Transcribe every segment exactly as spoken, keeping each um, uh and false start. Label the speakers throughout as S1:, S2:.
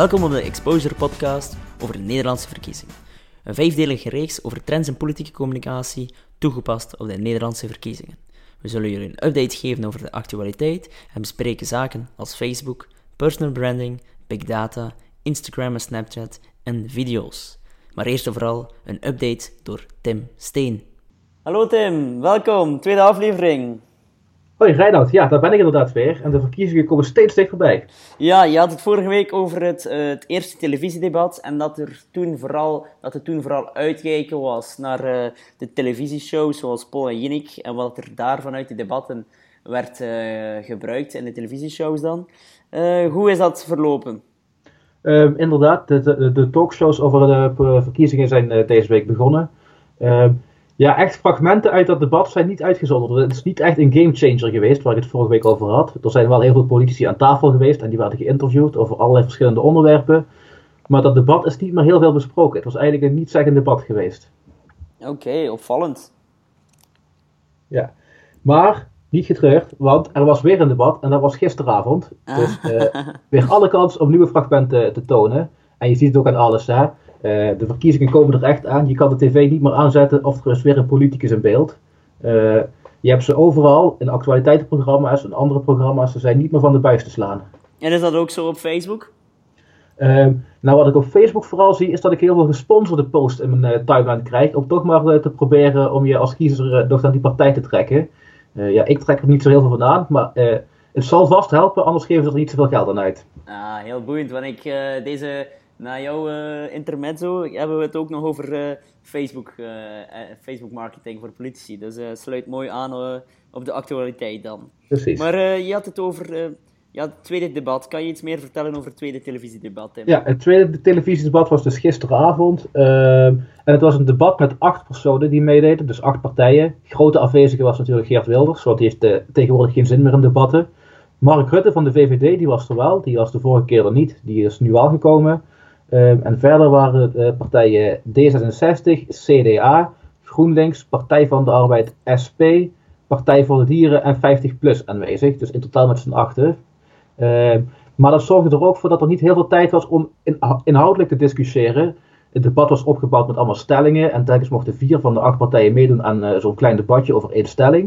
S1: Welkom op de Exposure podcast over de Nederlandse verkiezingen. Een vijfdelige reeks over trends in politieke communicatie, toegepast op de Nederlandse verkiezingen. We zullen jullie een update geven over de actualiteit en bespreken zaken als Facebook, personal branding, big data, Instagram en Snapchat en video's. Maar eerst en vooral een update door Tim Steen. Hallo Tim, welkom, tweede aflevering.
S2: Hoi Reinoud, ja, daar ben ik inderdaad weer. En de verkiezingen komen steeds dichterbij.
S1: Ja, je had het vorige week over het, uh, het eerste televisiedebat en dat, er toen vooral, dat het toen vooral uitkijken was naar uh, de televisieshows zoals Paul en Jinnik en wat er daar vanuit de debatten werd uh, gebruikt in de televisieshows dan. Uh, hoe is dat verlopen?
S2: Um, inderdaad, de, de, de talkshows over de verkiezingen zijn uh, deze week begonnen. Um, Ja, echt fragmenten uit dat debat zijn niet uitgezonden. Het is niet echt een gamechanger geweest, waar ik het vorige week over had. Er zijn wel heel veel politici aan tafel geweest en die werden geïnterviewd over allerlei verschillende onderwerpen. Maar dat debat is niet meer heel veel besproken. Het was eigenlijk een niet-zeggend debat geweest.
S1: Oké, okay, opvallend.
S2: Ja, maar niet getreurd, want er was weer een debat en dat was gisteravond. Dus uh, weer alle kans om nieuwe fragmenten te tonen. En je ziet het ook aan alles, hè. Uh, de verkiezingen komen er echt aan. Je kan de tv niet meer aanzetten of er is weer een politicus in beeld. Uh, je hebt ze overal in actualiteitenprogramma's en andere programma's. Ze zijn niet meer van de buis te slaan.
S1: En is dat ook zo op Facebook?
S2: Uh, nou, wat ik op Facebook vooral zie, is dat ik heel veel gesponsorde posts in mijn uh, timeline krijg. Om toch maar uh, te proberen om je als kiezer uh, nog naar die partij te trekken. Uh, ja, ik trek er niet zo heel veel van aan, maar uh, het zal vast helpen, anders geven ze er niet zoveel geld aan uit.
S1: Ah, heel boeiend, want ik uh, deze... Na jouw uh, intermezzo hebben we het ook nog over uh, Facebook, uh, Facebook marketing voor politici. Dus uh, sluit mooi aan uh, op de actualiteit dan.
S2: Precies.
S1: Maar uh, je had het over uh, ja, het tweede debat. Kan je iets meer vertellen over het tweede televisiedebat, Tim?
S2: Ja, het tweede televisiedebat was dus gisteravond. Uh, en het was een debat met acht personen die meededen, dus acht partijen. Grote afwezige was natuurlijk Geert Wilders, want die heeft uh, tegenwoordig geen zin meer in debatten. Mark Rutte van de V V D, die was er wel. Die was de vorige keer er niet. Die is nu wel gekomen. Um, en verder waren het uh, partijen D zesenzestig, C D A, GroenLinks, Partij van de Arbeid, S P, Partij voor de Dieren en vijftig plus aanwezig. Dus in totaal met z'n achten. Um, maar dat zorgde er ook voor dat er niet heel veel tijd was om in, inhoudelijk te discussiëren. Het debat was opgebouwd met allemaal stellingen. En telkens mochten vier van de acht partijen meedoen aan uh, zo'n klein debatje over één stelling.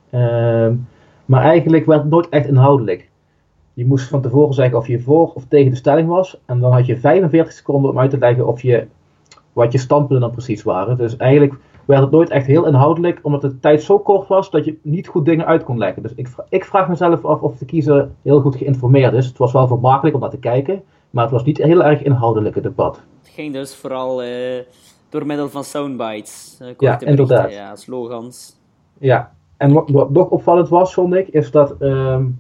S2: Um, maar eigenlijk werd het nooit echt inhoudelijk. Je moest van tevoren zeggen of je voor of tegen de stelling was. En dan had je vijfenveertig seconden om uit te leggen of je, wat je standpunten dan precies waren. Dus eigenlijk werd het nooit echt heel inhoudelijk, omdat de tijd zo kort was dat je niet goed dingen uit kon leggen. Dus ik, ik vraag mezelf af of de kiezer heel goed geïnformeerd is. Het was wel vermakelijk om naar te kijken, maar het was niet heel erg inhoudelijk, het debat.
S1: Het ging dus vooral uh, door middel van soundbites. Uh,
S2: ja, inderdaad.
S1: Ja, slogans.
S2: Ja, en wat, wat nog opvallend was, vond ik, is dat... Um,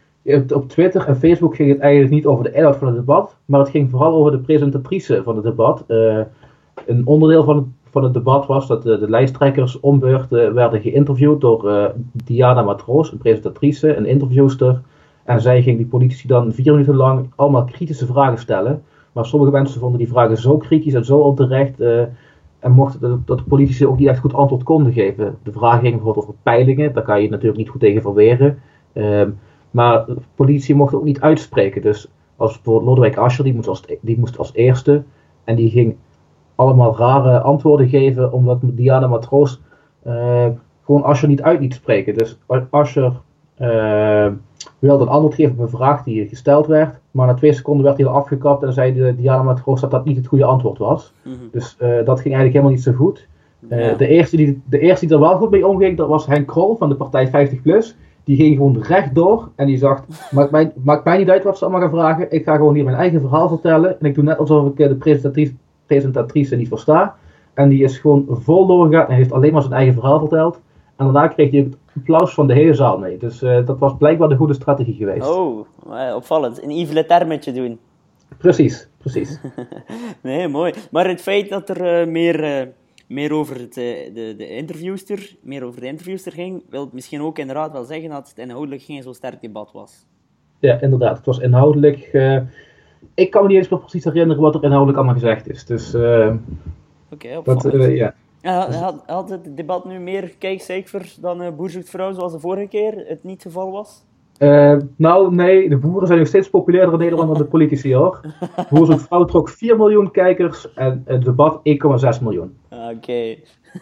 S2: Op Twitter en Facebook ging het eigenlijk niet over de inhoud van het debat, maar het ging vooral over de presentatrice van het debat. Uh, een onderdeel van het, van het debat was dat de, de lijsttrekkers om beurt uh, werden geïnterviewd door uh, Diana Matroos, een presentatrice, een interviewster. En zij ging die politici dan vier minuten lang allemaal kritische vragen stellen. Maar sommige mensen vonden die vragen zo kritisch en zo onterecht uh, en mochten de, dat de politici ook niet echt goed antwoord konden geven. De vraag ging bijvoorbeeld over peilingen, daar kan je natuurlijk niet goed tegen verweren. Uh, Maar de politie mocht ook niet uitspreken. Dus als bijvoorbeeld Lodewijk Asscher, die moest, als, die moest als eerste. En die ging allemaal rare antwoorden geven. Omdat Diana Matroos uh, gewoon Asscher niet uit liet spreken. Dus Asscher uh, wilde een antwoord geven op een vraag die gesteld werd. Maar na twee seconden werd hij al afgekapt. En zei de Diana Matroos dat dat niet het goede antwoord was. Mm-hmm. Dus uh, dat ging eigenlijk helemaal niet zo goed. Uh, ja. de, eerste die, de eerste die er wel goed mee omging, dat was Henk Krol van de partij vijftig plus. Die ging gewoon rechtdoor en die zegt, maakt mij, maakt mij niet uit wat ze allemaal gaan vragen. Ik ga gewoon hier mijn eigen verhaal vertellen. En ik doe net alsof ik de presentatrice, presentatrice niet versta. En die is gewoon vol doorgegaan en heeft alleen maar zijn eigen verhaal verteld. En daarna kreeg hij het applaus van de hele zaal mee. Dus uh, dat was blijkbaar de goede strategie geweest.
S1: Oh, opvallend. Een Yves termetje doen.
S2: Precies, precies.
S1: Nee, mooi. Maar het feit dat er uh, meer... Uh... meer over het, de, de interviewster, meer over de interviewster ging, wil het misschien ook inderdaad wel zeggen dat het inhoudelijk geen zo sterk debat was.
S2: Ja, inderdaad. Het was inhoudelijk... Uh, ik kan me niet eens meer precies herinneren wat er inhoudelijk allemaal gezegd is. Dus... Uh,
S1: Oké, opvallend.
S2: Uh, ja.
S1: Ja, had, had het debat nu meer kijkcijfers dan uh, Boer zoekt vrouw zoals de vorige keer het niet het geval was?
S2: Uh, nou, nee, de boeren zijn nog steeds populairder in Nederland dan de politici, hoor. Boer zoekt vrouw trok vier miljoen kijkers en het debat één komma zes miljoen.
S1: Oké, okay.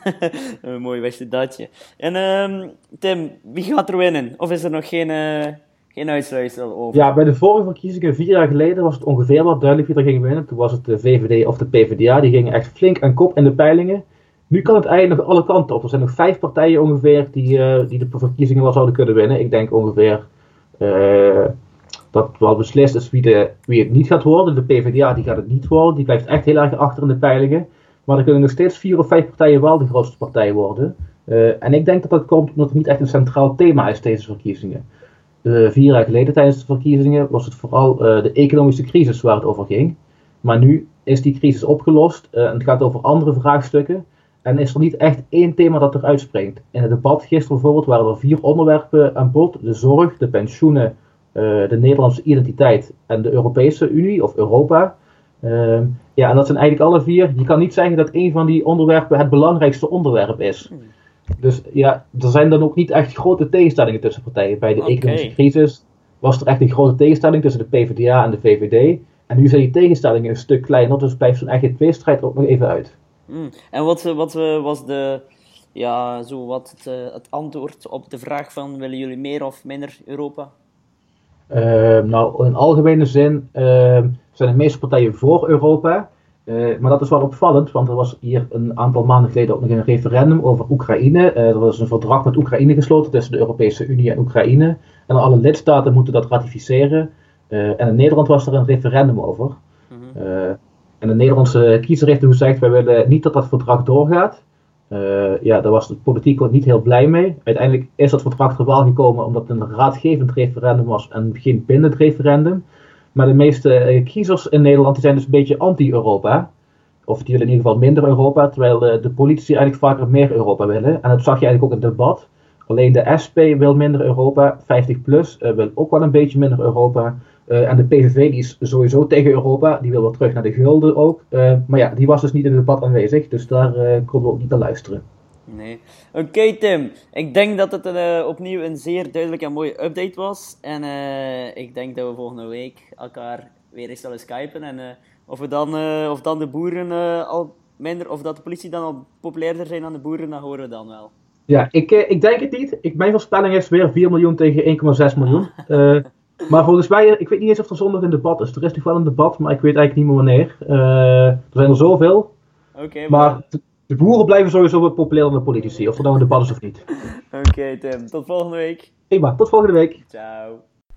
S1: Een mooi wist je datje. En um, Tim, wie gaat er winnen? Of is er nog geen, uh, geen uitsluitsel over?
S2: Ja, bij de vorige verkiezingen, vier jaar geleden, was het ongeveer wel duidelijk wie er ging winnen. Toen was het de V V D of de P V D A, die gingen echt flink aan kop in de peilingen. Nu kan het eigenlijk nog alle kanten op. Er zijn nog vijf partijen ongeveer die, uh, die de verkiezingen wel zouden kunnen winnen. Ik denk ongeveer uh, dat wel beslist is wie, de, wie het niet gaat worden. De P V D A die gaat het niet worden. Die blijft echt heel erg achter in de peilingen. Maar er kunnen nog steeds vier of vijf partijen wel de grootste partij worden. Uh, en ik denk dat dat komt omdat het niet echt een centraal thema is, deze verkiezingen. Uh, vier jaar geleden tijdens de verkiezingen was het vooral uh, de economische crisis waar het over ging. Maar nu is die crisis opgelost uh, en het gaat over andere vraagstukken. En is er niet echt één thema dat er uitspringt. In het debat gisteren bijvoorbeeld waren er vier onderwerpen aan bod. De zorg, de pensioenen, uh, de Nederlandse identiteit en de Europese Unie of Europa. Uh, ja, en dat zijn eigenlijk alle vier. Je kan niet zeggen dat één van die onderwerpen het belangrijkste onderwerp is. Dus ja, er zijn dan ook niet echt grote tegenstellingen tussen partijen. Bij de okay. economische crisis was er echt een grote tegenstelling tussen de P V D A en de V V D. En nu zijn die tegenstellingen een stuk kleiner, dus blijft zo'n eigen tweestrijd er ook nog even uit.
S1: Mm. En wat, wat was de, ja, zo wat het, het antwoord op de vraag van willen jullie meer of minder Europa?
S2: Uh, nou, in algemene zin uh, zijn de meeste partijen voor Europa. Uh, maar dat is wel opvallend, want er was hier een aantal maanden geleden ook nog een referendum over Oekraïne. Uh, er was een verdrag met Oekraïne gesloten tussen de Europese Unie en Oekraïne. En alle lidstaten moeten dat ratificeren. Uh, en in Nederland was er een referendum over. Mm-hmm. Uh, en de Nederlandse kiezer heeft toen gezegd, wij willen niet dat dat verdrag doorgaat. Uh, ja, daar was de politiek ook niet heel blij mee. Uiteindelijk is dat verdrag er wel gekomen omdat het een raadgevend referendum was en geen bindend referendum. Maar de meeste uh, kiezers in Nederland die zijn dus een beetje anti-Europa. Of die willen in ieder geval minder Europa, terwijl uh, de politici eigenlijk vaker meer Europa willen. En dat zag je eigenlijk ook in het debat. Alleen de S P wil minder Europa, vijftig plus uh, wil ook wel een beetje minder Europa. Uh, en de P V V die is sowieso tegen Europa, die wil wel terug naar de gulden ook. Uh, maar ja, die was dus niet in het debat aanwezig, dus daar uh, konden we ook niet naar luisteren.
S1: Nee. Oké okay, Tim, ik denk dat het uh, opnieuw een zeer duidelijke en mooie update was. En uh, ik denk dat we volgende week elkaar weer eens zullen skypen. En uh, of, we dan, uh, of dan de boeren uh, al minder, of dat de politie dan al populairder zijn dan de boeren, dat horen we dan wel.
S2: Ja, ik, uh, ik denk het niet. Ik, mijn voorspelling is weer vier miljoen tegen één komma zes miljoen. Uh, maar volgens mij, ik weet niet eens of er zondag een debat is. Er is toch wel een debat, maar ik weet eigenlijk niet meer wanneer. Uh, er zijn er zoveel.
S1: Okay,
S2: maar maar de, de boeren blijven sowieso wat populairder dan de politici. Of er nou een debat is of niet.
S1: Oké okay, Tim, tot volgende week.
S2: Prima, tot volgende week.
S1: Ciao.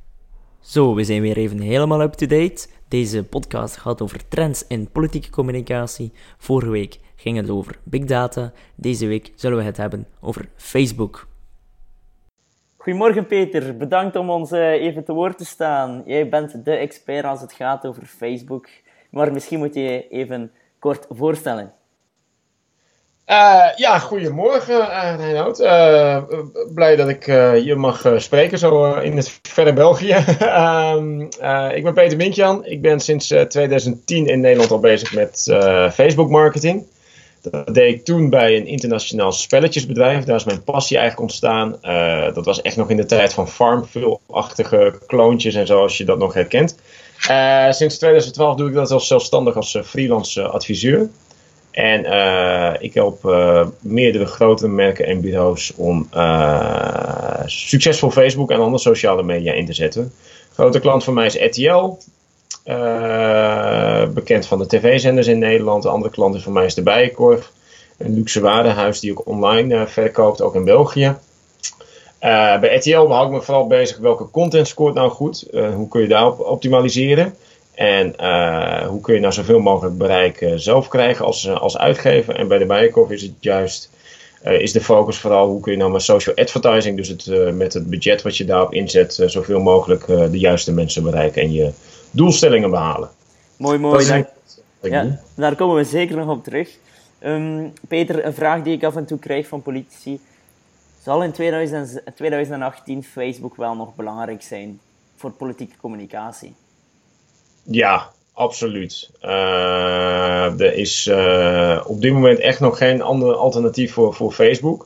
S1: Zo, we zijn weer even helemaal up-to-date. Deze podcast gaat over trends in politieke communicatie. Vorige week ging het over big data. Deze week zullen we het hebben over Facebook. Goedemorgen Peter, bedankt om ons uh, even te woord te staan. Jij bent de expert als het gaat over Facebook. Maar misschien moet je je even kort voorstellen.
S3: Uh, ja, goedemorgen uh, Reinoud. Uh, blij dat ik uh, hier mag uh, spreken, zo uh, in het verre België. uh, uh, ik ben Peter Minkjan. Ik ben sinds uh, twintig tien in Nederland al bezig met uh, Facebook marketing. Dat deed ik toen bij een internationaal spelletjesbedrijf. Daar is mijn passie eigenlijk ontstaan. Uh, dat was echt nog in de tijd van Farmville-achtige kloontjes en zo, als je dat nog herkent. Uh, sinds twintig twaalf doe ik dat als zelfstandig als uh, freelance uh, adviseur. En uh, ik help uh, meerdere grotere merken en bureaus om uh, succesvol Facebook en andere sociale media in te zetten. Grote klant van mij is R T L. Uh, bekend van de tv-zenders in Nederland. De andere klant van mij is de Bijenkorf. Een luxe warenhuis die ook online uh, verkoopt, ook in België. Uh, bij R T L hou ik me vooral bezig welke content scoort nou goed. Uh, hoe kun je daarop optimaliseren. En uh, hoe kun je nou zoveel mogelijk bereik uh, zelf krijgen als, uh, als uitgever. En bij de Bijenkorf is het juist, uh, is de focus vooral hoe kun je nou met social advertising, dus het, uh, met het budget wat je daarop inzet, uh, zoveel mogelijk uh, de juiste mensen bereiken en je doelstellingen behalen.
S1: Mooi, mooi. Dank. Ja, daar komen we zeker nog op terug. Um, Peter, een vraag die ik af en toe krijg van politici. Zal in twintig achttien Facebook wel nog belangrijk zijn voor politieke communicatie?
S3: Ja, absoluut. Uh, er is uh, op dit moment echt nog geen ander alternatief voor, voor Facebook.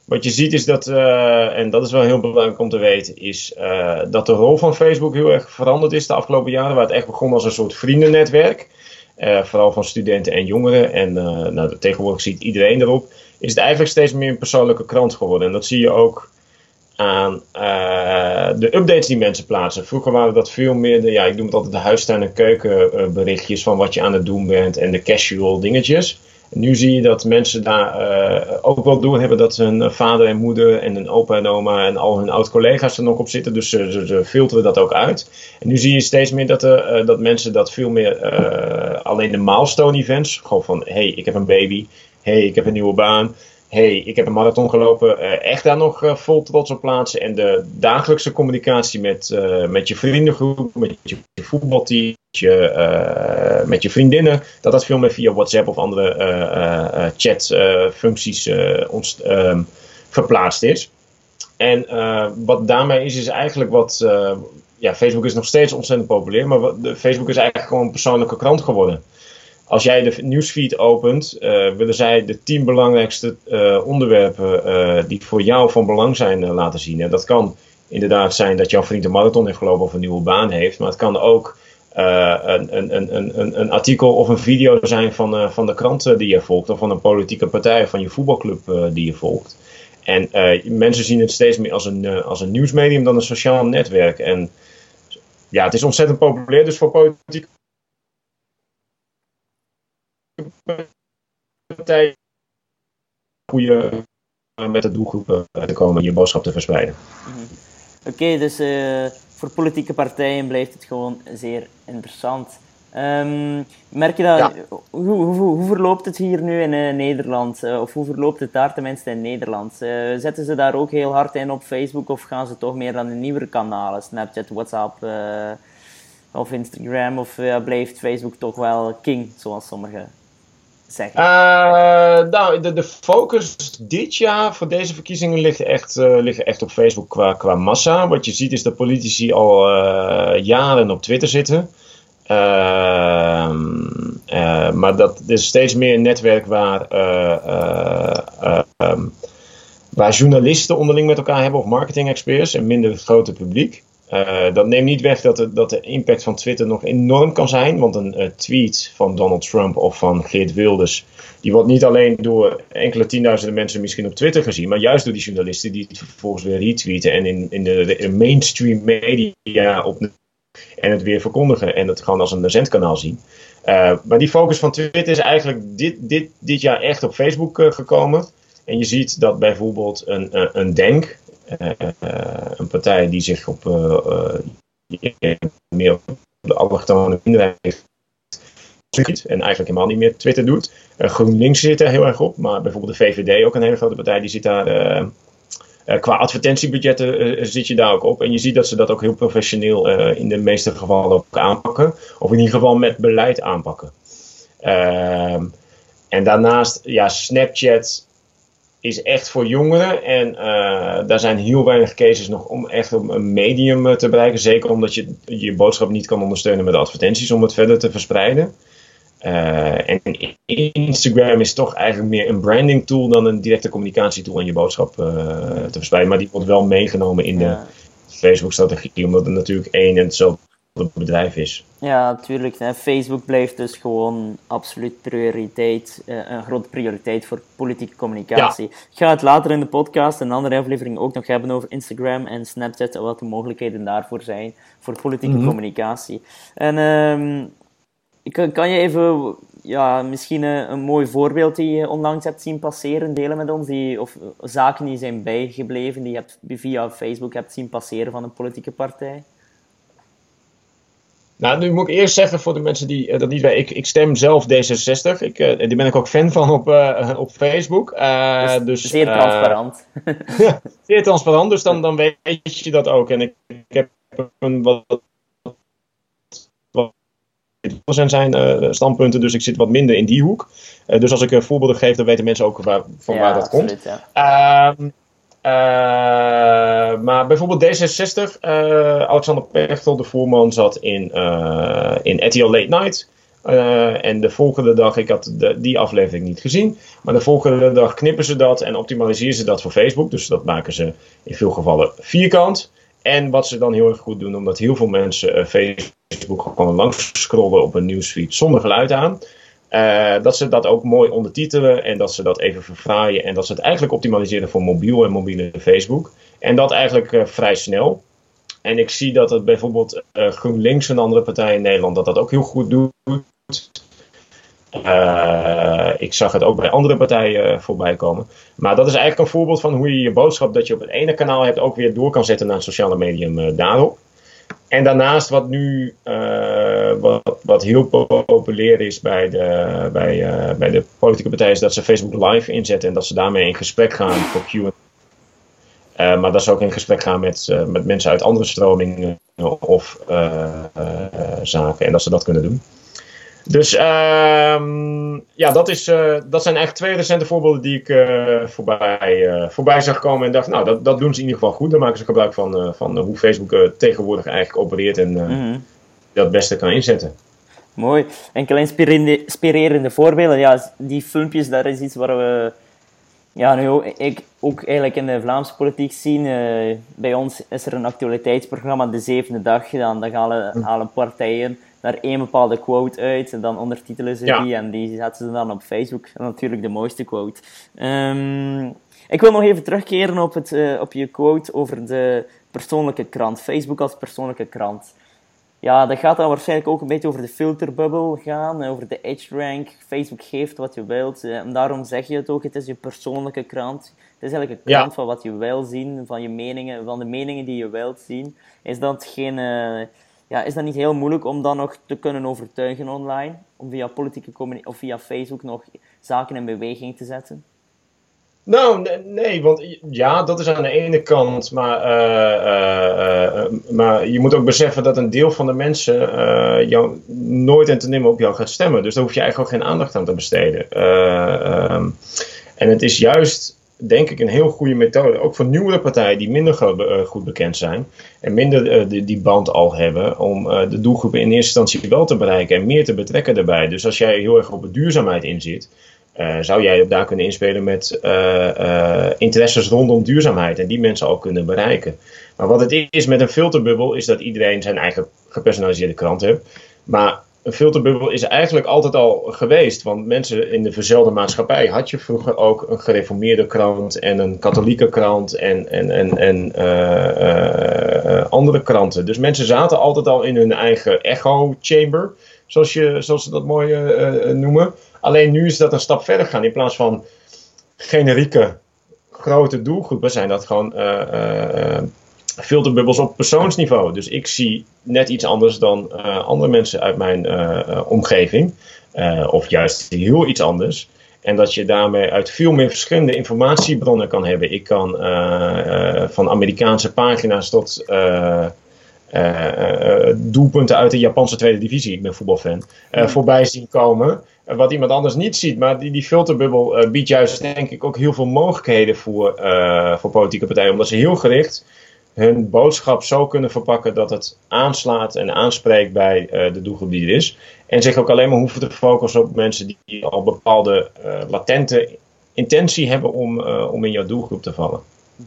S3: Wat je ziet is dat, uh, en dat is wel heel belangrijk om te weten, is uh, dat de rol van Facebook heel erg veranderd is de afgelopen jaren. Waar het echt begon als een soort vriendennetwerk. Uh, vooral van studenten en jongeren. En uh, nou, tegenwoordig ziet iedereen erop. Is het eigenlijk steeds meer een persoonlijke krant geworden. En dat zie je ook aan uh, de updates die mensen plaatsen. Vroeger waren dat veel meer de, ja, ik noem het altijd de huistuin- en keukenberichtjes van wat je aan het doen bent en de casual dingetjes. En nu zie je dat mensen daar uh, ook wel door hebben dat hun vader en moeder en hun opa en oma en al hun oud-collega's er nog op zitten. Dus ze, ze, ze filteren dat ook uit. En nu zie je steeds meer dat, uh, dat mensen dat veel meer uh, alleen de milestone events, gewoon van hey, ik heb een baby, hey, ik heb een nieuwe baan, hey, ik heb een marathon gelopen, uh, echt daar nog uh, vol trots op plaatsen. En de dagelijkse communicatie met, uh, met je vriendengroep, met je voetbalteam, je, uh, met je vriendinnen, dat dat veel meer via WhatsApp of andere uh, uh, chatfuncties uh, uh, uh, verplaatst is. En uh, wat daarmee is, is eigenlijk wat... Uh, ja, Facebook is nog steeds ontzettend populair, maar wat, de, Facebook is eigenlijk gewoon een persoonlijke krant geworden. Als jij de nieuwsfeed opent, uh, willen zij de tien belangrijkste uh, onderwerpen uh, die voor jou van belang zijn uh, laten zien. En dat kan inderdaad zijn dat jouw vriend een marathon heeft gelopen of een nieuwe baan heeft, maar het kan ook Uh, een, een, een, een, een artikel of een video zijn van, uh, van de krant uh, die je volgt, of van een politieke partij of van je voetbalclub uh, die je volgt. En uh, mensen zien het steeds meer als een, uh, als een nieuwsmedium dan een sociaal netwerk. En ja, het is ontzettend populair, dus voor politieke partijen goede uh, met de doelgroep uh, te komen en je boodschap te verspreiden.
S1: Mm-hmm. Oké, okay, dus uh, voor politieke partijen blijft het gewoon zeer interessant. Um, merk je dat, ja. hoe, hoe, hoe verloopt het hier nu in uh, Nederland? Uh, of hoe verloopt het daar tenminste in Nederland? Uh, zetten ze daar ook heel hard in op Facebook of gaan ze toch meer dan de nieuwere kanalen? Snapchat, WhatsApp uh, of Instagram? Of uh, blijft Facebook toch wel king, zoals sommigen zeggen?
S3: Uh, nou, de, de focus dit jaar voor deze verkiezingen ligt echt, uh, ligt echt op Facebook qua, qua massa. Wat je ziet is dat politici al uh, jaren op Twitter zitten. Uh, uh, maar dat is steeds meer een netwerk waar, uh, uh, uh, um, waar journalisten onderling met elkaar hebben of marketing experts en minder het grote publiek. Uh, dat neemt niet weg dat de, dat de impact van Twitter nog enorm kan zijn. Want een uh, tweet van Donald Trump of van Geert Wilders, die wordt niet alleen door enkele tienduizenden mensen misschien op Twitter gezien, maar juist door die journalisten die het vervolgens weer retweeten en in, in de, de mainstream media op en het weer verkondigen en het gewoon als een zendkanaal zien. Uh, maar die focus van Twitter is eigenlijk dit, dit, dit jaar echt op Facebook uh, gekomen. En je ziet dat bijvoorbeeld een, uh, een Denk, uh, uh, een partij die zich op uh, uh, meer op de allochtone minderheid en eigenlijk helemaal niet meer Twitter doet. Uh, GroenLinks zit er heel erg op, maar bijvoorbeeld de V V D, ook een hele grote partij, die zit daar... Uh, Uh, qua advertentiebudgetten uh, zit je daar ook op. En je ziet dat ze dat ook heel professioneel uh, in de meeste gevallen ook aanpakken. Of in ieder geval met beleid aanpakken. Uh, en daarnaast, ja, Snapchat is echt voor jongeren. En uh, daar zijn heel weinig cases nog om echt op een medium uh, te bereiken. Zeker omdat je je boodschap niet kan ondersteunen met advertenties om het verder te verspreiden. Uh, en Instagram is toch eigenlijk meer een branding tool dan een directe communicatietool en je boodschap uh, te verspreiden. Maar die wordt wel meegenomen in de ja. Facebook-strategie, omdat het natuurlijk één en hetzelfde bedrijf is.
S1: Ja, natuurlijk. Hè. Facebook blijft dus gewoon absoluut prioriteit, uh, een grote prioriteit voor politieke communicatie. Ja. Ik ga het later in de podcast en een andere aflevering ook nog hebben over Instagram en Snapchat en wat de mogelijkheden daarvoor zijn voor politieke mm-hmm. communicatie. En... Um, Kan, kan je even, ja, misschien een, een mooi voorbeeld die je onlangs hebt zien passeren, delen met ons? Die, of zaken die zijn bijgebleven, die je hebt, via Facebook hebt zien passeren van een politieke partij?
S3: Nou, nu moet ik eerst zeggen voor de mensen die uh, dat niet weten. Ik, ik stem zelf D zesenzestig. Ik, uh, die ben ik ook fan van op, uh, op Facebook. Uh, dus, dus,
S1: zeer uh, transparant.
S3: zeer transparant, dus dan, dan weet je dat ook. En ik, ik heb een wat... zijn zijn uh, standpunten, dus ik zit wat minder in die hoek. Uh, dus als ik uh, voorbeelden geef, dan weten mensen ook waar, van ja, waar dat absoluut, komt. Ja. Uh, uh, maar bijvoorbeeld D zesenzestig, uh, Alexander Pechtold, de voorman, zat in, uh, in R T L Late Night. Uh, en de volgende dag, ik had de, die aflevering niet gezien, maar de volgende dag knippen ze dat en optimaliseren ze dat voor Facebook. Dus dat maken ze in veel gevallen vierkant. En wat ze dan heel erg goed doen, omdat heel veel mensen uh, Facebook gewoon langs scrollen op een nieuwsfeed zonder geluid aan. Uh, dat ze dat ook mooi ondertitelen en dat ze dat even verfraaien en dat ze het eigenlijk optimaliseren voor mobiel en mobiele Facebook. En dat eigenlijk uh, vrij snel. En ik zie dat het bijvoorbeeld uh, GroenLinks, een andere partij in Nederland, dat dat ook heel goed doet. Uh, ik zag het ook bij andere partijen uh, voorbij komen. Maar dat is eigenlijk een voorbeeld van hoe je je boodschap dat je op het ene kanaal hebt ook weer door kan zetten naar het sociale medium uh, daarop. En daarnaast wat nu uh, wat, wat heel populair is bij de, bij, uh, bij de politieke partijen is dat ze Facebook Live inzetten en dat ze daarmee in gesprek gaan voor Q en A. Uh, maar dat ze ook in gesprek gaan met, uh, met mensen uit andere stromingen of uh, uh, zaken en dat ze dat kunnen doen. Dus uh, ja, dat, is, uh, dat zijn eigenlijk twee recente voorbeelden die ik uh, voorbij, uh, voorbij zag komen en dacht, nou, dat, dat doen ze in ieder geval goed. Daar maken ze gebruik van, uh, van hoe Facebook uh, tegenwoordig eigenlijk opereert en uh, mm-hmm. dat het beste kan inzetten.
S1: Mooi. Enkele inspirerende, inspirerende voorbeelden. Ja, die filmpjes, dat is iets waar we... Ja, nu ik ook eigenlijk in de Vlaamse politiek zien. Uh, bij ons is er een actualiteitsprogramma, de zevende dag gedaan. Dan halen, halen partijen daar één bepaalde quote uit en dan ondertitelen ze ja. die en die zetten ze dan op Facebook. En natuurlijk de mooiste quote. Um, ik wil nog even terugkeren op, het, uh, op je quote over de persoonlijke krant. Facebook als persoonlijke krant. Ja, dat gaat dan waarschijnlijk ook een beetje over de filterbubbel gaan, over de EdgeRank. Facebook geeft wat je wilt. En daarom zeg je het ook, het is je persoonlijke krant. Het is eigenlijk een krant ja. van wat je wil zien, van je meningen, van de meningen die je wilt zien. Is dat, geen, uh, ja, is dat niet heel moeilijk om dan nog te kunnen overtuigen online? Om via politieke communicatie of via Facebook nog zaken in beweging te zetten?
S3: Nou, nee, want ja, dat is aan de ene kant, maar, uh, uh, uh, maar je moet ook beseffen dat een deel van de mensen uh, jou nooit en te nimmer op jou gaat stemmen. Dus daar hoef je eigenlijk ook geen aandacht aan te besteden. Uh, um, en het is juist, denk ik, een heel goede methode, ook voor nieuwere partijen die minder go- uh, goed bekend zijn en minder uh, die, die band al hebben, om uh, de doelgroepen in eerste instantie wel te bereiken en meer te betrekken daarbij. Dus als jij heel erg op de duurzaamheid inzit, Uh, zou jij daar kunnen inspelen met uh, uh, interesses rondom duurzaamheid en die mensen al kunnen bereiken. Maar wat het is met een filterbubbel is dat iedereen zijn eigen gepersonaliseerde krant heeft. Maar een filterbubbel is eigenlijk altijd al geweest, want mensen in de verzelde maatschappij had je vroeger ook een gereformeerde krant en een katholieke krant en, en, en, en uh, uh, uh, andere kranten. Dus mensen zaten altijd al in hun eigen echo chamber, zoals, je, zoals ze dat mooi uh, uh, noemen. Alleen nu is dat een stap verder gaan. In plaats van generieke grote doelgroepen zijn dat gewoon uh, uh, filterbubbels op persoonsniveau. Dus ik zie net iets anders dan uh, andere mensen uit mijn uh, uh, omgeving. Uh, of juist heel iets anders. En dat je daarmee uit veel meer verschillende informatiebronnen kan hebben. Ik kan uh, uh, van Amerikaanse pagina's tot Uh, Uh, uh, doelpunten uit de Japanse tweede divisie, ik ben voetbalfan, uh, mm. voorbij zien komen. Uh, wat iemand anders niet ziet. Maar die, die filterbubbel uh, biedt juist denk ik ook heel veel mogelijkheden voor, uh, voor politieke partijen. Omdat ze heel gericht hun boodschap zo kunnen verpakken dat het aanslaat en aanspreekt bij uh, de doelgroep die er is. En zich ook alleen maar hoeven te focussen op mensen die al bepaalde uh, latente intentie hebben om, uh, om in jouw doelgroep te vallen.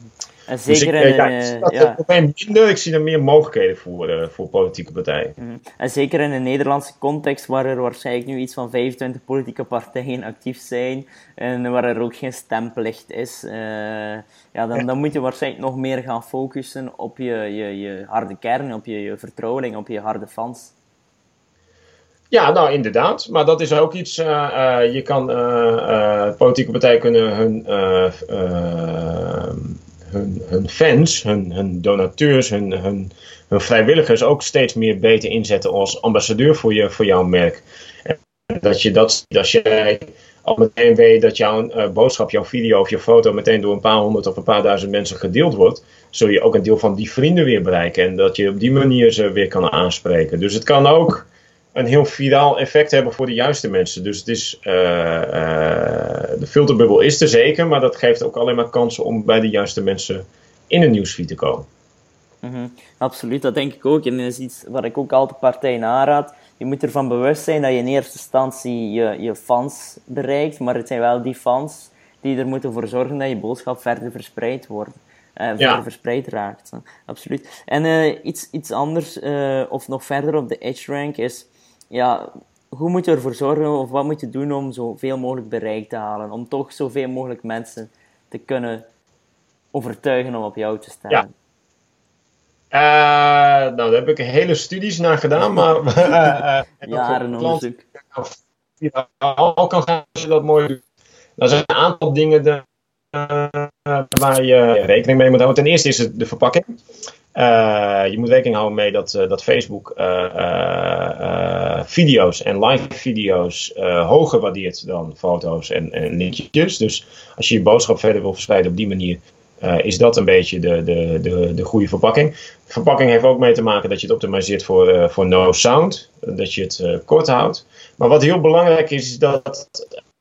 S1: En zeker
S3: dus ik,
S1: in,
S3: ja, ik zie dat
S1: ja.
S3: probleem minder, ik zie er meer mogelijkheden voor, uh, voor politieke partijen.
S1: Mm. En zeker in een Nederlandse context, waar er waarschijnlijk nu iets van vijfentwintig politieke partijen actief zijn, en waar er ook geen stemplicht is, uh, ja, dan, dan moet je waarschijnlijk nog meer gaan focussen op je, je, je harde kern, op je, je vertrouweling, op je harde fans.
S3: Ja, nou inderdaad. Maar dat is ook iets, uh, uh, je kan, uh, uh, politieke partijen kunnen hun... Uh, uh, Hun, hun fans, hun, hun donateurs, hun, hun, hun vrijwilligers ook steeds meer beter inzetten als ambassadeur voor, je, voor jouw merk. En dat je dat, als jij al meteen weet dat jouw uh, boodschap, jouw video of je foto meteen door een paar honderd of een paar duizend mensen gedeeld wordt, zul je ook een deel van die vrienden weer bereiken en dat je op die manier ze weer kan aanspreken. Dus het kan ook een heel viraal effect hebben voor de juiste mensen. Dus het is, uh, uh, de filterbubbel is er zeker, maar dat geeft ook alleen maar kansen om bij de juiste mensen in een nieuwsfeed te komen.
S1: Mm-hmm. Absoluut, dat denk ik ook. En dat is iets waar ik ook altijd partijen aanraad. je moet ervan bewust zijn dat je in eerste instantie je, je fans bereikt, maar het zijn wel die fans die er moeten voor zorgen dat je boodschap verder verspreid wordt. Uh, verder ja. verspreid raakt. Uh, absoluut. En uh, iets, iets anders, uh, of nog verder op de EdgeRank, is... Ja, hoe moet je ervoor zorgen, of wat moet je doen om zoveel mogelijk bereik te halen? Om toch zoveel mogelijk mensen te kunnen overtuigen om op jou te stemmen?
S3: Ja. Uh, nou, daar heb ik hele studies naar gedaan, maar... Uh, uh,
S1: Jaren onderzoek.
S3: Ja, al kan gaan als je dat mooi doet. Er zijn een aantal dingen de, uh, waar je rekening mee moet houden. Ten eerste is het de verpakking. Uh, je moet rekening houden mee dat, uh, dat Facebook uh, uh, uh, video's en live video's uh, hoger waardeert dan foto's en, en linkjes. Dus als je je boodschap verder wil verspreiden op die manier, uh, is dat een beetje de, de, de, de goede verpakking. De verpakking heeft ook mee te maken dat je het optimaliseert voor, uh, voor no sound, dat je het uh, kort houdt. Maar wat heel belangrijk is, is dat...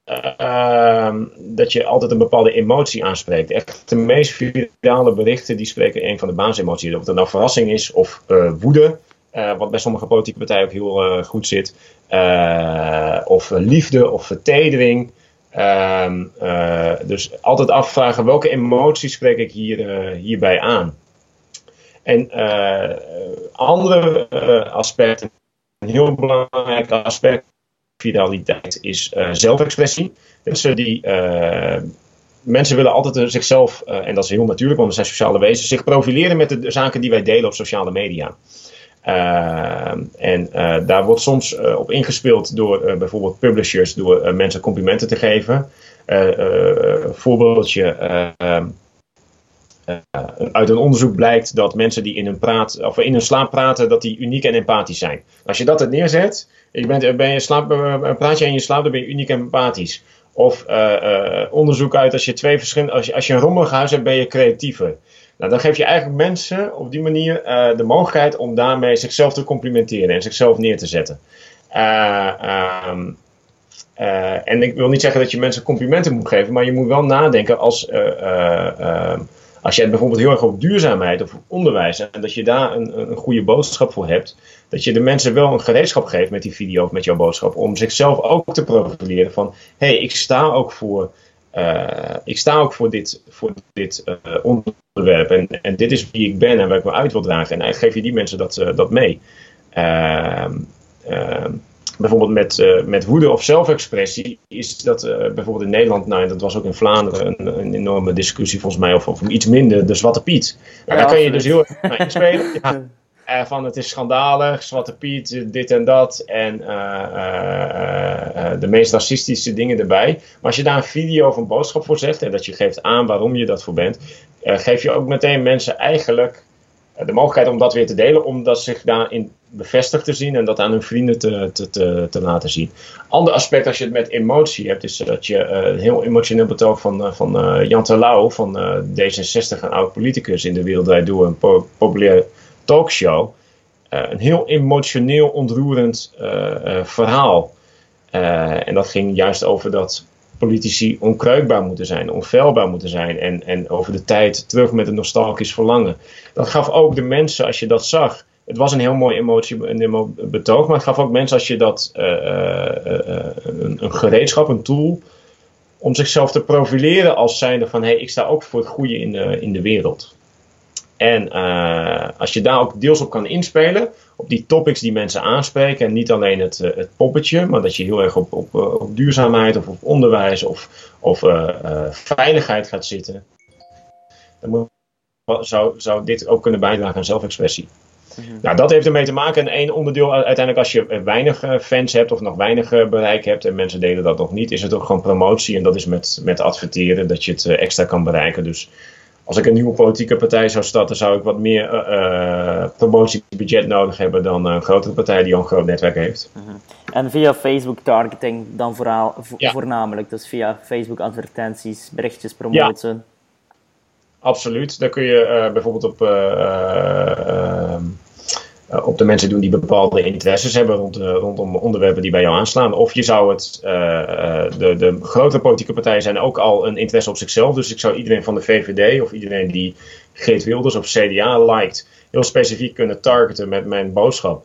S3: Uh, dat je altijd een bepaalde emotie aanspreekt. Echt de meest virale berichten die spreken een van de basisemoties. Of het nou verrassing is of uh, woede, uh, wat bij sommige politieke partijen ook heel uh, goed zit. Uh, of uh, liefde of vertedering. Uh, uh, dus altijd afvragen welke emoties spreek ik hier, uh, hierbij aan. En uh, andere uh, aspecten, een heel belangrijk aspect. Viraliteit is uh, zelfexpressie. Dus, uh, die, uh, mensen willen altijd uh, zichzelf, uh, en dat is heel natuurlijk, want we zijn sociale wezens, zich profileren met de, de zaken die wij delen op sociale media. Uh, en uh, daar wordt soms uh, op ingespeeld door uh, bijvoorbeeld publishers, door uh, mensen complimenten te geven. Uh, uh, voorbeeldje. Uh, Uh, uit een onderzoek blijkt dat mensen die in hun, praat, of in hun slaap praten, dat die uniek en empathisch zijn. Als je dat er neerzet, je bent, ben je slaap, praat je in je slaap, dan ben je uniek en empathisch. Of uh, uh, onderzoek uit, als je, twee verschillende, als, je, als je een rommelig huis hebt, ben je creatiever. Nou, dan geef je eigenlijk mensen op die manier uh, de mogelijkheid om daarmee zichzelf te complimenteren en zichzelf neer te zetten. Uh, um, uh, en ik wil niet zeggen dat je mensen complimenten moet geven, maar je moet wel nadenken als... Uh, uh, uh, Als je het bijvoorbeeld heel erg op duurzaamheid of op onderwijs en dat je daar een, een goede boodschap voor hebt, dat je de mensen wel een gereedschap geeft met die video of met jouw boodschap om zichzelf ook te profileren van hé, hey, ik sta ook voor, uh, ik sta ook voor dit, voor dit uh, onderwerp en, en dit is wie ik ben en waar ik me uit wil dragen. En eigenlijk geef je die mensen dat, uh, dat mee. Uh, uh, Bijvoorbeeld met, uh, met woede of zelfexpressie is dat uh, bijvoorbeeld in Nederland, nou dat was ook in Vlaanderen een, een enorme discussie volgens mij, of, of iets minder de Zwarte Piet. Ja, daar kan je dus heel erg naar inspelen. Ja, uh, van het is schandalig, Zwarte Piet, dit en dat en uh, uh, uh, de meest racistische dingen erbij. Maar als je daar een video of een boodschap voor zegt en dat je geeft aan waarom je dat voor bent, uh, geef je ook meteen mensen eigenlijk de mogelijkheid om dat weer te delen, om dat zich daarin bevestigd te zien en dat aan hun vrienden te, te, te, te laten zien. Ander aspect als je het met emotie hebt, is dat je uh, een heel emotioneel betoog van, uh, van uh, Jan Terlouw van uh, D zesenzestig, een oud politicus in de Wereld Draait Door, een po- populaire talkshow. Uh, een heel emotioneel ontroerend uh, uh, verhaal. Uh, en dat ging juist over dat politici onkreukbaar moeten zijn, onfeilbaar moeten zijn en, en over de tijd terug met een nostalgisch verlangen. Dat gaf ook de mensen, als je dat zag, het was een heel mooi emotie, een emo- betoog, maar het gaf ook mensen als je dat uh, uh, uh, een, een gereedschap, een tool, om zichzelf te profileren als zijnde van hé, hey, ik sta ook voor het goede in de, in de wereld. En uh, als je daar ook deels op kan inspelen, op die topics die mensen aanspreken, en niet alleen het, uh, het poppetje, maar dat je heel erg op, op, uh, op duurzaamheid of op onderwijs of, of uh, uh, veiligheid gaat zitten, dan moet, zou, zou dit ook kunnen bijdragen aan zelfexpressie. Mm-hmm. Nou, dat heeft ermee te maken. En één onderdeel, uiteindelijk als je weinig uh, fans hebt of nog weinig uh, bereik hebt en mensen delen dat nog niet, is het ook gewoon promotie. En dat is met, met adverteren, dat je het uh, extra kan bereiken. Dus als ik een nieuwe politieke partij zou starten, zou ik wat meer uh, uh, promotiebudget nodig hebben dan een grotere partij die al een groot netwerk heeft.
S1: Mm-hmm. En via Facebook targeting dan vooral, vo-
S3: ja.
S1: voornamelijk, dus via Facebook advertenties, berichtjes promoten.
S3: Ja. Absoluut. Daar kun je uh, bijvoorbeeld op, uh, uh, uh, op de mensen doen die bepaalde interesses hebben rond, uh, rondom onderwerpen die bij jou aanslaan. Of je zou het, uh, uh, de, de grotere politieke partijen zijn ook al een interesse op zichzelf. Dus ik zou iedereen van de V V D of iedereen die Geert Wilders of C D A liked, heel specifiek kunnen targeten met mijn boodschap.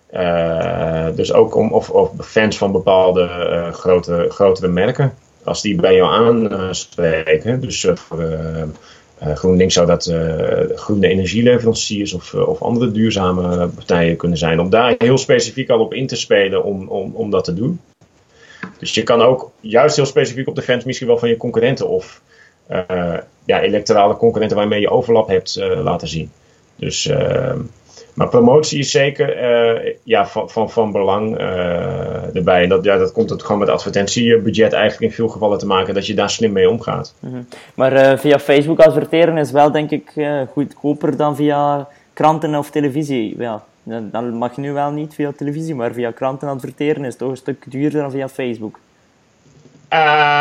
S3: Uh, dus ook om, of, of fans van bepaalde uh, grote, grotere merken. Als die bij jou aanspreken. Dus uh, voor uh, uh, GroenLinks zou dat uh, groene energieleveranciers of, uh, of andere duurzame partijen kunnen zijn. Om daar heel specifiek al op in te spelen om, om, om dat te doen. Dus je kan ook juist heel specifiek op de grens misschien wel van je concurrenten of uh, ja, electorale concurrenten waarmee je overlap hebt uh, laten zien. Dus, uh, maar promotie is zeker uh, ja, van, van, van belang uh, erbij. Dat, ja, dat komt het gewoon met advertentiebudget eigenlijk in veel gevallen te maken dat je daar slim mee omgaat.
S1: Mm-hmm. Maar uh, via Facebook adverteren is wel denk ik uh, goedkoper dan via kranten of televisie. Ja. Dat mag nu wel niet via televisie, maar via kranten adverteren is toch een stuk duurder dan via Facebook.
S3: Uh,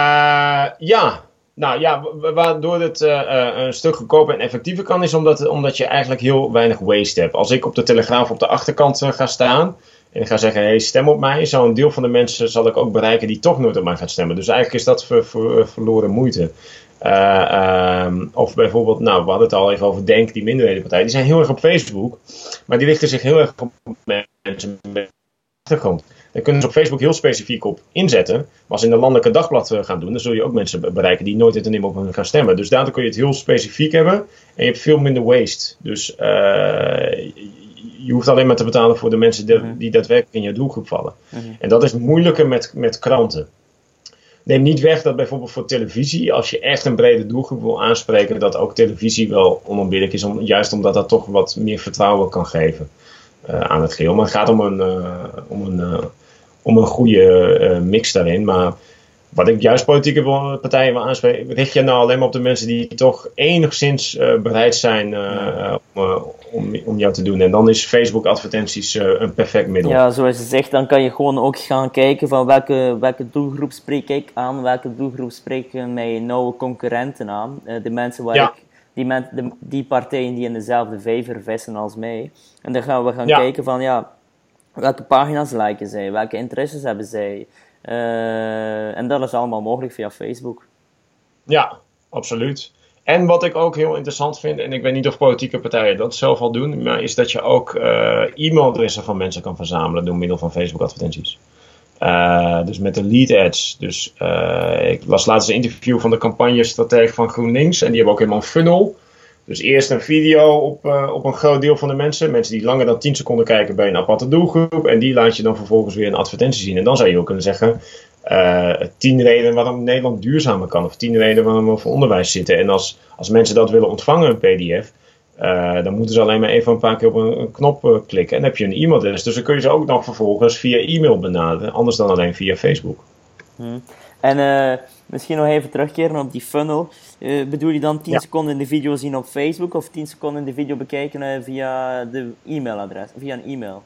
S3: ja, nou ja, waardoor het uh, een stuk goedkoper en effectiever kan is omdat, omdat je eigenlijk heel weinig waste hebt. Als ik op de Telegraaf op de achterkant uh, ga staan en ik ga zeggen, hey, stem op mij, zou een deel van de mensen zal ik ook bereiken die toch nooit op mij gaat stemmen. Dus eigenlijk is dat ver, ver, verloren moeite. Uh, um, of bijvoorbeeld, nou, we hadden het al even over Denk, die minderhedenpartij. Die zijn heel erg op Facebook, maar die richten zich heel erg op mensen met achtergrond. Daar kunnen ze op Facebook heel specifiek op inzetten. Maar als ze in een landelijke dagblad uh, gaan doen, dan zul je ook mensen bereiken die nooit in op hun gaan stemmen. Dus daardoor kun je het heel specifiek hebben en je hebt veel minder waste. Dus uh, je hoeft alleen maar te betalen voor de mensen die, die daadwerkelijk in je doelgroep vallen. Mm-hmm. En dat is moeilijker met, met kranten. Neem niet weg dat bijvoorbeeld voor televisie, als je echt een brede doelgroep wil aanspreken, dat ook televisie wel onontbeerlijk is, om, juist omdat dat toch wat meer vertrouwen kan geven uh, aan het geheel. Maar het gaat om een, uh, om een, uh, om een goede uh, mix daarin. Maar wat ik juist politieke partijen wil aanspreken, richt je nou alleen maar op de mensen die toch enigszins uh, bereid zijn uh, ja. om, uh, om, om jou te doen. En dan is Facebook advertenties uh, een perfect middel.
S1: Ja, zoals je zegt, dan kan je gewoon ook gaan kijken van welke, welke doelgroep spreek ik aan, welke doelgroep spreken mijn nauwe concurrenten aan. Uh, de mensen waar
S3: ja.
S1: ik, die, men, de, die partijen die in dezelfde vijver vissen als mij. En dan gaan we gaan
S3: ja.
S1: kijken van ja, welke pagina's liken zij, welke interesses hebben zij. Uh, en dat is allemaal mogelijk via Facebook.
S3: Ja, absoluut. En wat ik ook heel interessant vind, en ik weet niet of politieke partijen dat zelf al doen, maar is dat je ook uh, e-mailadressen van mensen kan verzamelen door middel van Facebook advertenties. Uh, dus met de lead ads. Dus uh, ik las laatst een interview van de campagnestratege van GroenLinks en die hebben ook helemaal een funnel. Dus eerst een video op, uh, op een groot deel van de mensen. Mensen die langer dan tien seconden kijken bij een aparte doelgroep. En die laat je dan vervolgens weer een advertentie zien. En dan zou je ook kunnen zeggen, uh, tien redenen waarom Nederland duurzamer kan. Of tien redenen waarom we voor onderwijs zitten. En als, als mensen dat willen ontvangen, een P D F. Uh, dan moeten ze alleen maar even een paar keer op een, een knop uh, klikken. En dan heb je een e-mailadres. Dus dan kun je ze ook nog vervolgens via e-mail benaderen. Anders dan alleen via Facebook.
S1: Hmm. En uh, misschien nog even terugkeren op die funnel. Uh, bedoel je dan tien ja. seconden de video zien op Facebook of tien seconden de video bekijken uh, via de e-mailadres, via een e-mail?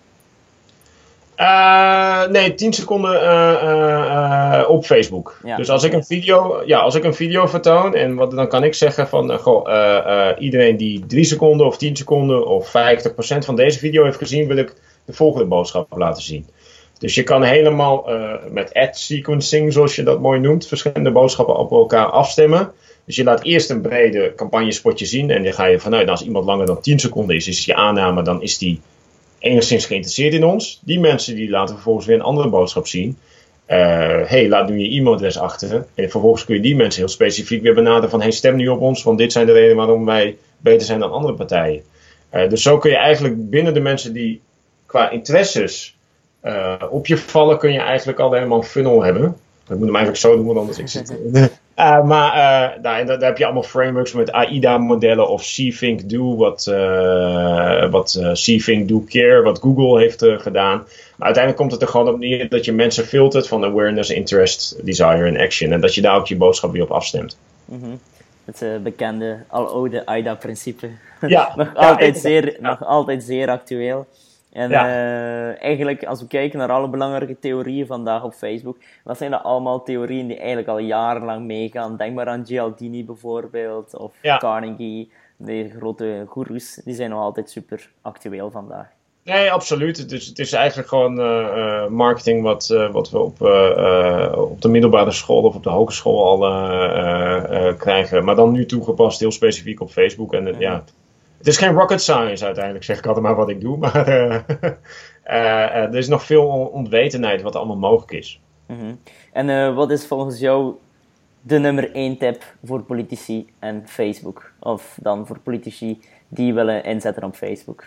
S3: Uh, nee, tien seconden uh, uh, uh, op Facebook. Ja, dus als ik, een video, ja, als ik een video vertoon, en wat, dan kan ik zeggen van, uh, goh, uh, uh, iedereen die drie seconden of tien seconden of vijftig procent van deze video heeft gezien, wil ik de volgende boodschap laten zien. Dus je kan helemaal uh, met ad sequencing, zoals je dat mooi noemt, verschillende boodschappen op elkaar afstemmen. Dus je laat eerst een brede campagnespotje zien en dan ga je vanuit, als iemand langer dan tien seconden is, is je aanname, dan is die enigszins geïnteresseerd in ons. Die mensen die laten vervolgens weer een andere boodschap zien. Uh, hey, laat nu je e-mailadres achter. En vervolgens kun je die mensen heel specifiek weer benaderen van, hey, stem nu op ons, want dit zijn de redenen waarom wij beter zijn dan andere partijen. Uh, dus zo kun je eigenlijk binnen de mensen die qua interesses Uh, op je vallen, kun je eigenlijk al helemaal een funnel hebben. Ik moet hem eigenlijk zo doen, want anders ik zit. uh, maar uh, daar, daar heb je allemaal frameworks met A I D A-modellen of See, Think, Do, wat, uh, wat uh, See, Think, Do, Care, wat Google heeft uh, gedaan. Maar uiteindelijk komt het er gewoon op neer dat je mensen filtert van awareness, interest, desire en action. En dat je daar ook je boodschap weer op afstemt.
S1: Mm-hmm. Het uh, bekende, aloude A I D A-principe.
S3: Ja,
S1: nog,
S3: ja,
S1: altijd
S3: ja.
S1: zeer, ja. nog altijd zeer actueel. En ja. uh, eigenlijk, als we kijken naar alle belangrijke theorieën vandaag op Facebook, wat zijn dat allemaal theorieën die eigenlijk al jarenlang meegaan? Denk maar aan Cialdini bijvoorbeeld, of ja. Carnegie, de grote goeroes, die zijn nog altijd super actueel vandaag.
S3: Nee, absoluut. Het is, het is eigenlijk gewoon uh, uh, marketing wat, uh, wat we op, uh, uh, op de middelbare school of op de hogeschool al uh, uh, uh, krijgen. Maar dan nu toegepast heel specifiek op Facebook. En uh, ja... ja, het is geen rocket science uiteindelijk, zeg ik altijd maar wat ik doe. Maar uh, uh, uh, er is nog veel onwetendheid wat allemaal mogelijk is.
S1: Mm-hmm. En uh, wat is volgens jou de nummer één tip voor politici en Facebook? Of dan voor politici die willen inzetten op Facebook?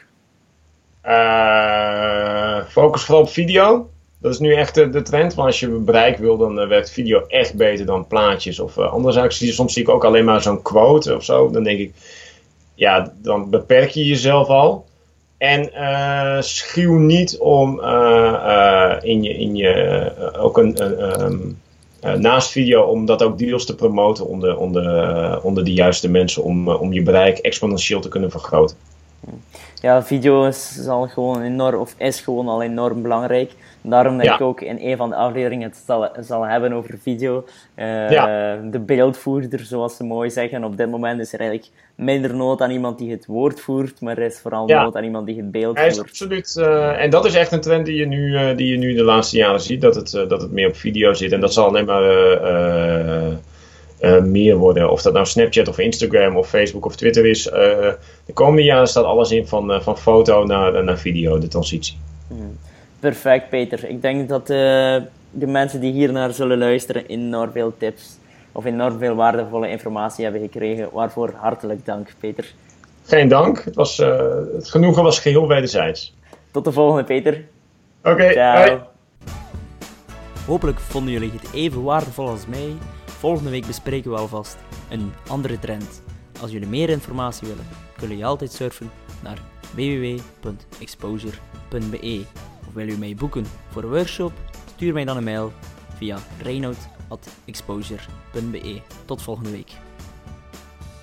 S3: Uh, focus vooral op video. Dat is nu echt de, de trend. Want als je bereik wil, dan uh, werkt video echt beter dan plaatjes of uh, andere zaken. Soms zie ik ook alleen maar zo'n quote of zo. Dan denk ik, ja, dan beperk je jezelf al. En uh, schuw niet om uh, uh, in je, in je uh, ook een, uh, um, uh, naast video, om dat ook deals te promoten onder, onder, uh, onder de juiste mensen. Om, uh, om je bereik exponentieel te kunnen vergroten.
S1: Ja, video is, al gewoon enorm, of is gewoon al enorm belangrijk. Daarom dat ja. ik ook in een van de afleveringen het zal, zal hebben over video. Uh, ja. De beeldvoerder, zoals ze mooi zeggen. Op dit moment is er eigenlijk minder nood aan iemand die het woord voert, maar er is vooral ja. nood aan iemand die het beeld
S3: Hij is
S1: voert.
S3: Absoluut. Uh, en dat is echt een trend die je nu, uh, die je nu de laatste jaren ziet, dat het, uh, dat het meer op video zit. En dat zal alleen maar uh, uh, uh, meer worden. Of dat nou Snapchat of Instagram of Facebook of Twitter is. Uh, de komende jaren staat alles in van, uh, van foto naar, naar video, de transitie.
S1: Hmm. Perfect, Peter. Ik denk dat uh, de mensen die hiernaar zullen luisteren enorm veel tips of enorm veel waardevolle informatie hebben gekregen. Waarvoor hartelijk dank, Peter.
S3: Geen dank. Het, was, uh, het genoegen was geheel wederzijds.
S1: Tot de volgende, Peter.
S3: Oké, okay,
S1: ciao.
S4: Hopelijk vonden jullie het even waardevol als mij. Volgende week bespreken we alvast een andere trend. Als jullie meer informatie willen, kunnen jullie altijd surfen naar w w w punt exposure punt b e. Of wil u mij boeken voor een workshop? Stuur mij dan een mail via reinoud at exposure punt b e. Tot volgende week.